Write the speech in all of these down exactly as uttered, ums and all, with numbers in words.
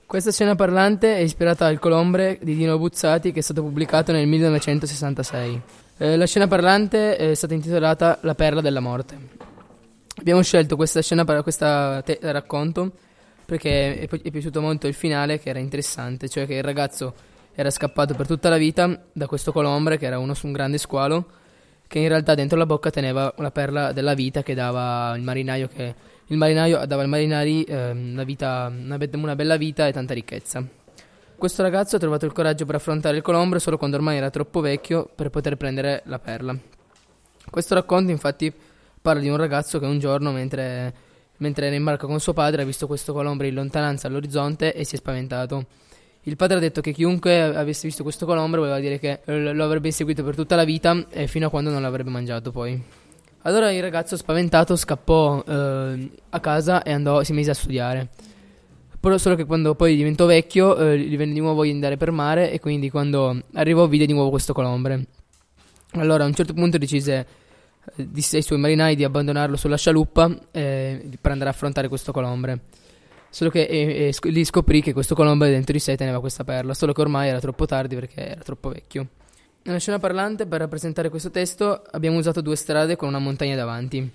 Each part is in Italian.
Questa scena parlante è ispirata al Colombre di Dino Buzzati, che è stato pubblicato nel millenovecentosessantasei. Eh, la scena parlante è stata intitolata La perla della morte. Abbiamo scelto questa scena per questo te- racconto perché è, pi- è piaciuto molto il finale, che era interessante, cioè che il ragazzo era scappato per tutta la vita da questo Colombre, che era uno su un grande squalo, che in realtà dentro la bocca teneva una perla della vita che dava il marinaio, che il marinaio dava ai marinai ehm, la vita, una, be- una bella vita e tanta ricchezza. Questo ragazzo ha trovato il coraggio per affrontare il Colombre solo quando ormai era troppo vecchio per poter prendere la perla. Questo racconto infatti parla di un ragazzo che un giorno, mentre, mentre era in barca con suo padre, ha visto questo Colombre in lontananza all'orizzonte e si è spaventato. Il padre ha detto che chiunque avesse visto questo Colombre voleva dire che eh, lo avrebbe inseguito per tutta la vita e fino a quando non l'avrebbe mangiato poi. Allora il ragazzo spaventato scappò eh, a casa e andò, si mise a studiare. Però solo che quando poi diventò vecchio eh, gli venne di nuovo voglia di andare per mare, e quindi quando arrivò vide di nuovo questo Colombre. Allora a un certo punto decise, eh, disse ai suoi marinai di abbandonarlo sulla scialuppa eh, per andare a affrontare questo Colombre. Solo che e, e sc- lì scoprì che questo Colombre dentro di sé teneva questa perla, solo che ormai era troppo tardi perché era troppo vecchio. Nella scena parlante, per rappresentare questo testo, abbiamo usato due strade con una montagna davanti.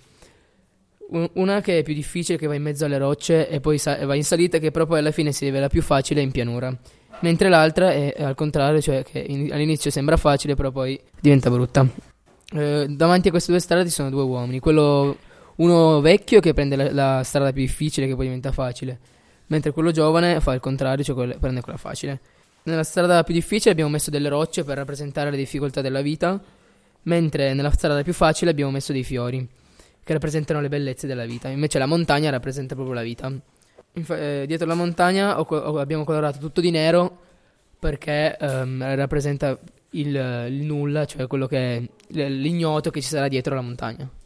Un- Una che è più difficile, che va in mezzo alle rocce e poi sa- va in salita, che proprio alla fine si rivela più facile in pianura. Mentre l'altra è, è al contrario, cioè che in- all'inizio sembra facile, però poi diventa brutta. Eh, davanti a queste due strade ci sono due uomini. Quello, uno vecchio che prende la, la strada più difficile, che poi diventa facile, mentre quello giovane fa il contrario, cioè quelle- prende quella facile. Nella strada più difficile abbiamo messo delle rocce per rappresentare le difficoltà della vita, mentre nella strada più facile abbiamo messo dei fiori che rappresentano le bellezze della vita. Invece la montagna rappresenta proprio la vita. Infa- eh, dietro la montagna ho co- ho- abbiamo colorato tutto di nero perché ehm, rappresenta il, il nulla, cioè quello che è l- l'ignoto che ci sarà dietro la montagna.